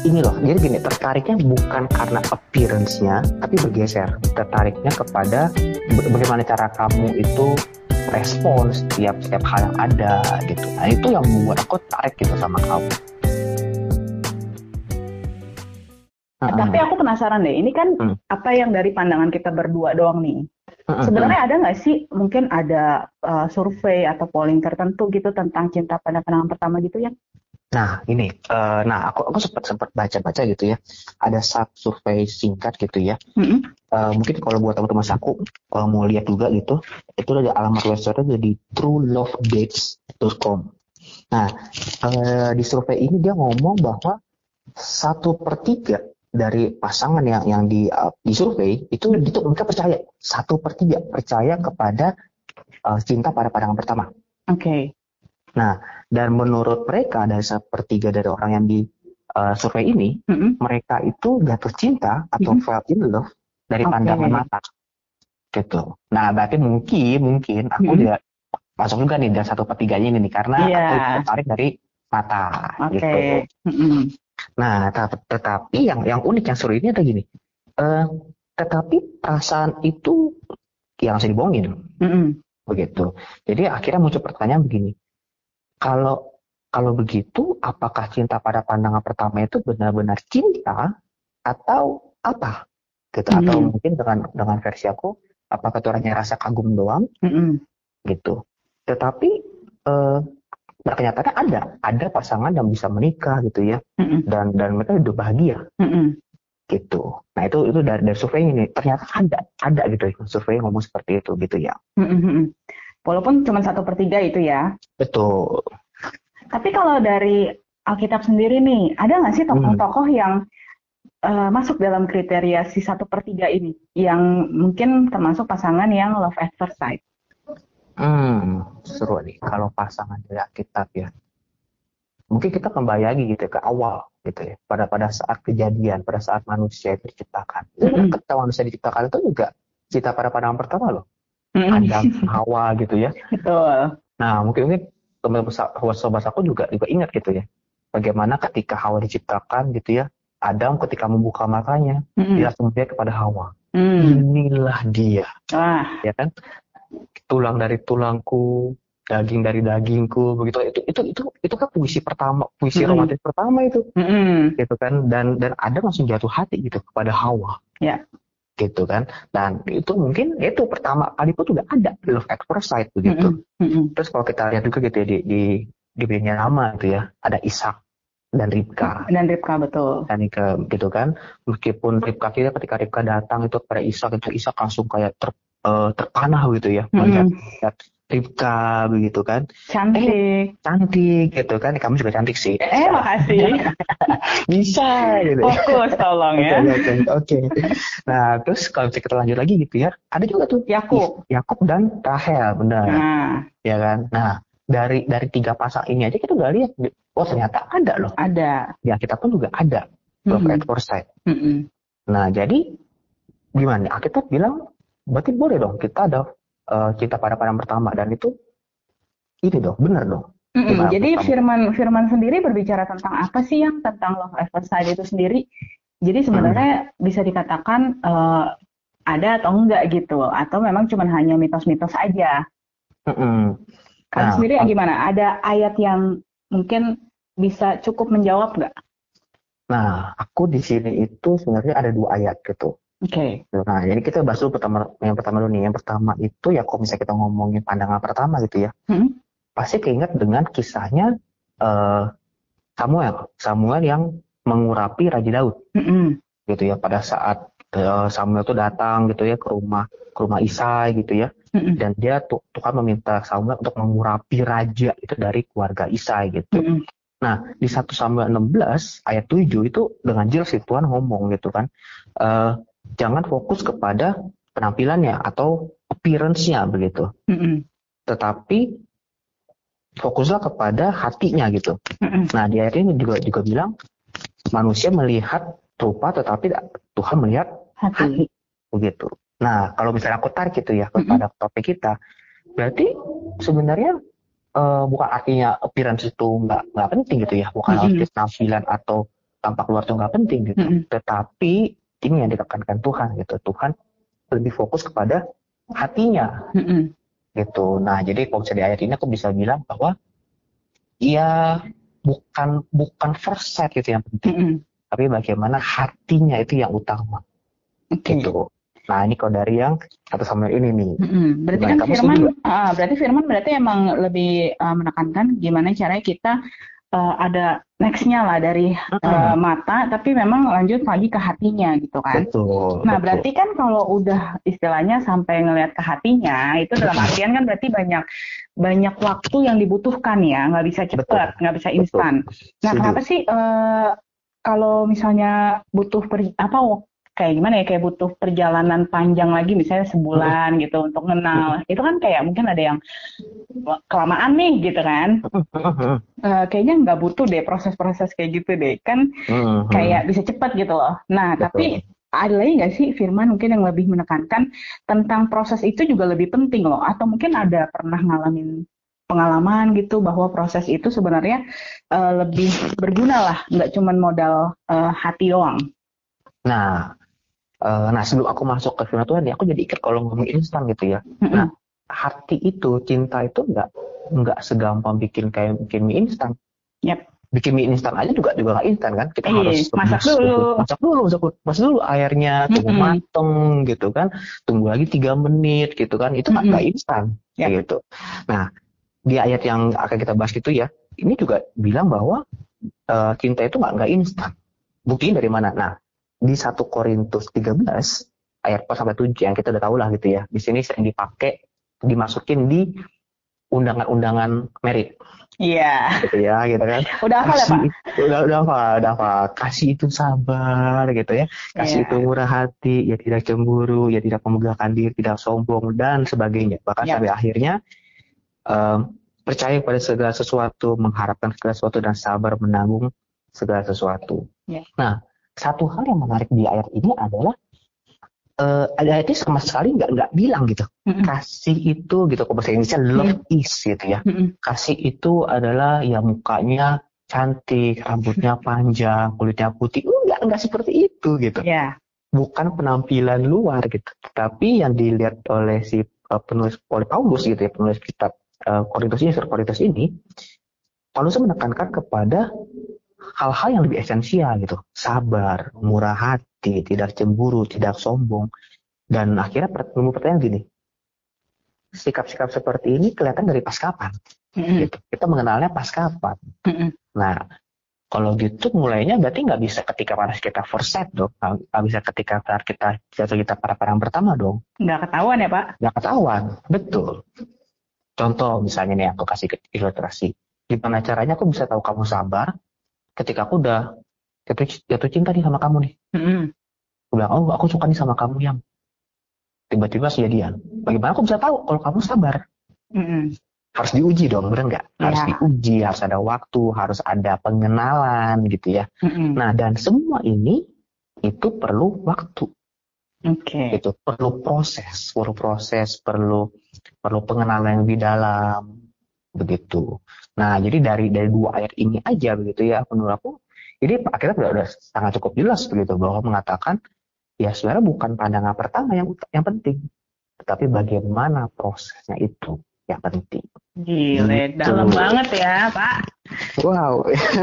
ini loh, jadi gini, tertariknya bukan karena appearance-nya, tapi bergeser. Tertariknya kepada bagaimana cara kamu itu respons setiap hal yang ada gitu. Nah itu yang membuat aku tarik gitu sama kamu. Tapi aku penasaran deh, ini kan apa yang dari pandangan kita berdua doang nih. Sebenarnya ada nggak sih, mungkin ada survei atau polling tertentu gitu tentang cinta pada pandangan pertama gitu ya? Nah ini, aku sempat baca gitu ya. Ada satu survei singkat gitu ya. Mungkin kalau buat teman-teman aku, kalau mau lihat juga gitu, itu ada alamat website-nya di truelovedates.com. Nah, di survei ini dia ngomong bahwa 1/3 dari pasangan yang disurvei itu mereka percaya, 1/3 percaya kepada cinta pada pandangan pertama. Oke. Nah, dan menurut mereka dari 1/3 dari orang yang di survei ini, mereka itu jatuh cinta atau fall in love dari pandangan mata, gitu. Nah, berarti mungkin aku juga masuk juga nih dari 1/3-nya ini nih, karena aku tertarik dari mata, gitu. Nah, tetapi yang unik yang seru ini ada gini, tetapi perasaan itu yang harus dibohongin, begitu. Jadi akhirnya muncul pertanyaan begini, kalau begitu, apakah cinta pada pandangan pertama itu benar-benar cinta atau apa? Gitu. Atau mungkin dengan versi aku, apakah itu hanya rasa kagum doang? Gitu. Tetapi kenyataannya ada pasangan yang bisa menikah gitu ya, dan mereka hidup bahagia. Gitu. Nah itu dari survei ini ternyata ada gitu ya, survei ngomong seperti itu gitu ya. Walaupun cuma 1/3 itu ya. Betul. Tapi kalau dari Alkitab sendiri nih, ada nggak sih tokoh-tokoh yang masuk dalam kriteria si 1/3 ini, yang mungkin termasuk pasangan yang love at first sight? Seru nih kalau pasangan dari Alkitab ya. Mungkin kita kembali lagi gitu ke awal gitu ya, pada saat kejadian, pada saat manusia itu diciptakan. Ketika manusia diciptakan itu juga cinta pada pandangan pertama loh. Adam, Hawa gitu ya. Betul. Nah, mungkin teman-teman sobat aku juga ingat gitu ya. Bagaimana ketika Hawa diciptakan gitu ya, Adam ketika membuka matanya, dia langsung melihat kepada Hawa. Inilah dia. Ya kan? Tulang dari tulangku, daging dari dagingku, begitu. Itu kan puisi romantis pertama itu. Gitu kan? Dan Adam langsung jatuh hati gitu kepada Hawa. Ya. Gitu kan, dan itu mungkin itu pertama kali pun juga ada love at first sight begitu. Terus kalau kita lihat juga gitu ya, diberinya nama gitu ya, ada Ishak dan Ribka. Betul. Dan gitu kan, meskipun Ribka ketika Ribka datang itu kepada Ishak, itu Ishak langsung kayak terpanah gitu ya, melihat Ribka begitu kan. Cantik gitu kan, kamu juga cantik sih. Makasih. Bisa gitu. Fokus tolong ya. Oke. Nah, terus kalau kita lanjut lagi gitu ya, ada juga tuh Yakub dan Rahel, benar. Ya kan? Nah, dari 3 pasang ini aja kita udah lihat, ternyata ada loh. Ada. Ya, kita pun juga ada love at first sight. Nah, jadi gimana? Kita bilang berarti boleh dong kita ada cinta pada pandangan pertama, dan itu ini dong, benar dong. Jadi firman sendiri berbicara tentang apa sih yang tentang love at first sight itu sendiri? Jadi sebenarnya bisa dikatakan ada atau enggak gitu, atau memang cuma hanya mitos-mitos aja. Kalau sendiri gimana? Ada ayat yang mungkin bisa cukup menjawab nggak? Nah, aku di sini itu sebenarnya ada 2 ayat gitu. Oke. Nah, jadi kita bahas dulu yang pertama dulu nih. Yang pertama itu ya, kalau misalnya kita ngomongin pandangan pertama gitu ya, pasti keinget dengan kisahnya Samuel yang mengurapi Raja Daud, gitu ya. Pada saat Samuel itu datang gitu ya ke rumah Isai gitu ya, dan dia Tuhan meminta Samuel untuk mengurapi raja itu dari keluarga Isai gitu. Nah, di 1 Samuel 16 ayat 7 itu dengan jelas Tuhan ngomong gitu kan, jangan fokus kepada penampilannya atau appearance-nya begitu. Tetapi fokuslah kepada hatinya gitu. Nah, di ayat ini juga bilang manusia melihat rupa tetapi Tuhan melihat hati. Begitu. Nah, kalau misalnya aku tarik gitu ya kepada topik kita, berarti sebenarnya bukan artinya appearance itu nggak penting gitu ya, bukan arti penampilan atau tampak luar itu nggak penting gitu. Tetapi ini yang ditekankan Tuhan gitu. Tuhan lebih fokus kepada hatinya gitu. Nah, jadi kalau di ayat ini aku bisa bilang bahwa ya bukan first sight gitu yang penting, tapi bagaimana hatinya itu yang utama gitu. Nah, ini kalau dari yang 1 Samuel ini nih. Berarti kan Firman berarti emang lebih menekankan gimana caranya kita ada next-nya lah dari mata, tapi memang lanjut lagi ke hatinya gitu kan. Betul. Nah, berarti kan kalau udah istilahnya sampai ngelihat ke hatinya, itu dalam artian kan berarti banyak waktu yang dibutuhkan ya, nggak bisa cepat, nggak bisa instan. Nah, kenapa sih kalau misalnya butuh kayak gimana ya, kayak butuh perjalanan panjang lagi, misalnya sebulan gitu untuk kenal, itu kan kayak mungkin ada yang kelamaan nih gitu kan. Kayaknya nggak butuh deh proses-proses kayak gitu deh, kan kayak bisa cepat gitu loh. Nah, tapi ada lagi nggak sih firman mungkin yang lebih menekankan tentang proses itu juga lebih penting loh, atau mungkin ada pernah ngalamin pengalaman gitu bahwa proses itu sebenarnya lebih berguna lah, nggak cuma modal hati doang. Nah, sebelum aku masuk ke firman Tuhan, aku jadi ikut kalau ngomong instan gitu ya. Nah, hati itu, cinta itu nggak segampang bikin mie instan. Bikin mie instan aja juga nggak instan kan. Kita harus masak dulu airnya, tunggu mateng gitu kan. Tunggu lagi 3 menit gitu kan. Itu nggak instan gitu. Nah, di ayat yang akan kita bahas itu ya, ini juga bilang bahwa cinta itu nggak instan. Buktinya dari mana? Nah, di 1 Korintus 13 ayat 4-7 yang kita udah tahu lah gitu ya. Di sini sering dimasukin di undangan merit. Iya. Gitu ya, gitu kan. Udah hafal ya, Pak? Udah hafal. Kasih itu sabar gitu ya. Kasih itu murah hati, ya tidak cemburu, ya tidak memegahkan diri, tidak sombong dan sebagainya. Bahkan sampai akhirnya percaya kepada segala sesuatu, mengharapkan segala sesuatu dan sabar menanggung segala sesuatu. Nah, satu hal yang menarik di ayat ini adalah ayat ini sama sekali nggak bilang gitu. Kasih itu gitu, kalau bahasa Inggrisnya love is gitu ya. Kasih itu adalah ya mukanya cantik, rambutnya panjang, kulitnya putih. Enggak seperti itu gitu. Bukan penampilan luar gitu. Tapi yang dilihat oleh oleh Paulus gitu ya, penulis kitab Korintus ini, Paulus menekankan kepada hal-hal yang lebih esensial gitu. Sabar, murah hati, tidak cemburu, tidak sombong. Dan akhirnya pertanyaan gini, sikap-sikap seperti ini kelihatan dari pas kapan? Gitu. Kita mengenalnya pas kapan? Nah, kalau gitu mulainya berarti nggak bisa ketika pada kita first sight dong. Nggak bisa ketika kita jatuh kita pada yang pertama dong. Nggak ketahuan ya, Pak? Nggak ketahuan, betul. Contoh misalnya nih, aku kasih ilustrasi. Gimana caranya aku bisa tahu kamu sabar ketika aku udah jatuh cinta nih sama kamu nih. Aku bilang, aku suka nih sama kamu yang tiba-tiba kejadian. Bagaimana aku bisa tahu kalau kamu sabar? Harus diuji dong, bener nggak? Harus diuji, harus ada waktu, harus ada pengenalan gitu ya. Nah, dan semua ini itu perlu waktu. Itu perlu proses, perlu pengenalan yang lebih dalam begitu. Nah, jadi dari 2 ayat ini aja begitu ya, menurut aku ini akhirnya udah sangat cukup jelas begitu bahwa mengatakan ya sebenarnya bukan pandangan pertama yang penting, tetapi bagaimana prosesnya itu yang penting. Gile, dalam banget ya, Pak. Wow.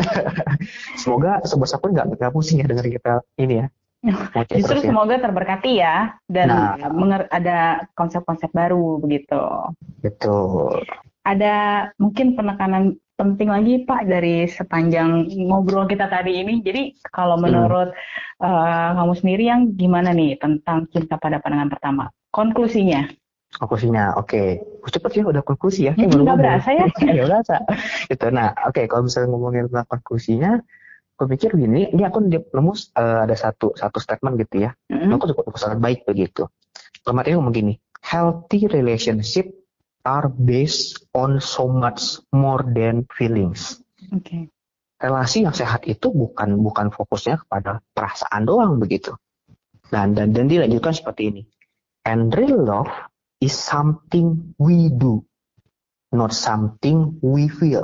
Semoga sobat Sapur nggak pusing ya dengar kita ini ya. Justru semoga terberkati ya, dan ada konsep-konsep baru begitu. Betul. Ada mungkin penekanan penting lagi Pak dari sepanjang ngobrol kita tadi ini. Jadi kalau menurut kamu sendiri yang gimana nih tentang cinta pada pandangan pertama? Konklusinya, oke. Cepet ya udah konklusi ya. Nggak berasa ya? Nggak berasa. Gitu. Nah, oke. Kalau misalnya ngomongin tentang konklusinya, aku pikir gini, ini aku nemu ada satu statement gitu ya. Aku cukup sangat baik begitu. Kemarin ngomong gini, healthy relationship are based on so much more than feelings. Relasi yang sehat itu bukan fokusnya kepada perasaan doang begitu. Dan dilanjutkan seperti ini. And real love is something we do, not something we feel.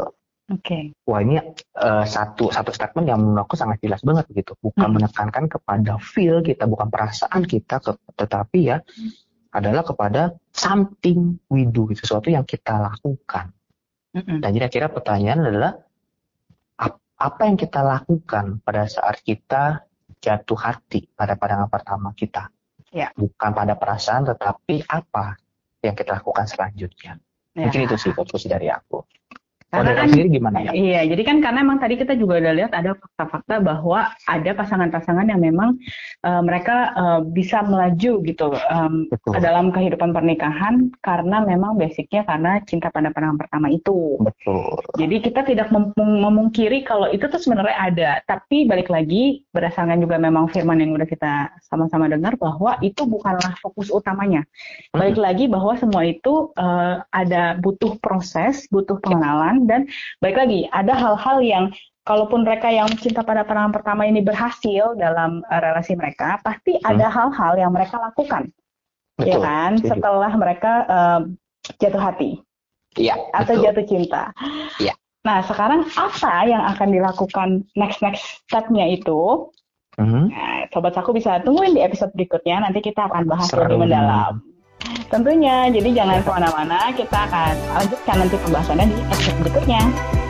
Oke. Wah, ini satu statement yang menurut aku sangat jelas banget gitu. Bukan menekankan kepada feel kita, bukan perasaan kita, tetapi ya adalah kepada something we do, gitu, sesuatu yang kita lakukan. Dan jadi akhirnya pertanyaan adalah apa yang kita lakukan pada saat kita jatuh hati pada pandangan pertama kita. Ya. Bukan pada perasaan, tetapi apa yang kita lakukan selanjutnya. Ya. Mungkin itu sih konklusi dari aku. Karena kan, sendiri gimana ya? Iya, jadi kan karena emang tadi kita juga udah lihat ada fakta-fakta bahwa ada pasangan-pasangan yang memang mereka bisa melaju gitu dalam kehidupan pernikahan karena memang basicnya karena cinta pada pandangan pertama itu. Betul. Jadi kita tidak memungkiri kalau itu tuh sebenarnya ada, tapi balik lagi berdasarkan juga memang firman yang udah kita sama-sama dengar bahwa itu bukanlah fokus utamanya. Balik lagi bahwa semua itu ada butuh proses, butuh pengenalan. Dan baik lagi, ada hal-hal yang kalaupun mereka yang cinta pada pandangan pertama ini berhasil dalam relasi mereka, pasti ada hal-hal yang mereka lakukan, ya kan? Setelah mereka jatuh hati, atau jatuh cinta. Ya. Nah, sekarang apa yang akan dilakukan next step-nya itu? Nah, sobat Saku bisa tungguin di episode berikutnya. Nanti kita akan bahas lebih mendalam. Tentunya, jadi jangan kemana-mana, kita akan lanjutkan nanti pembahasannya di episode berikutnya.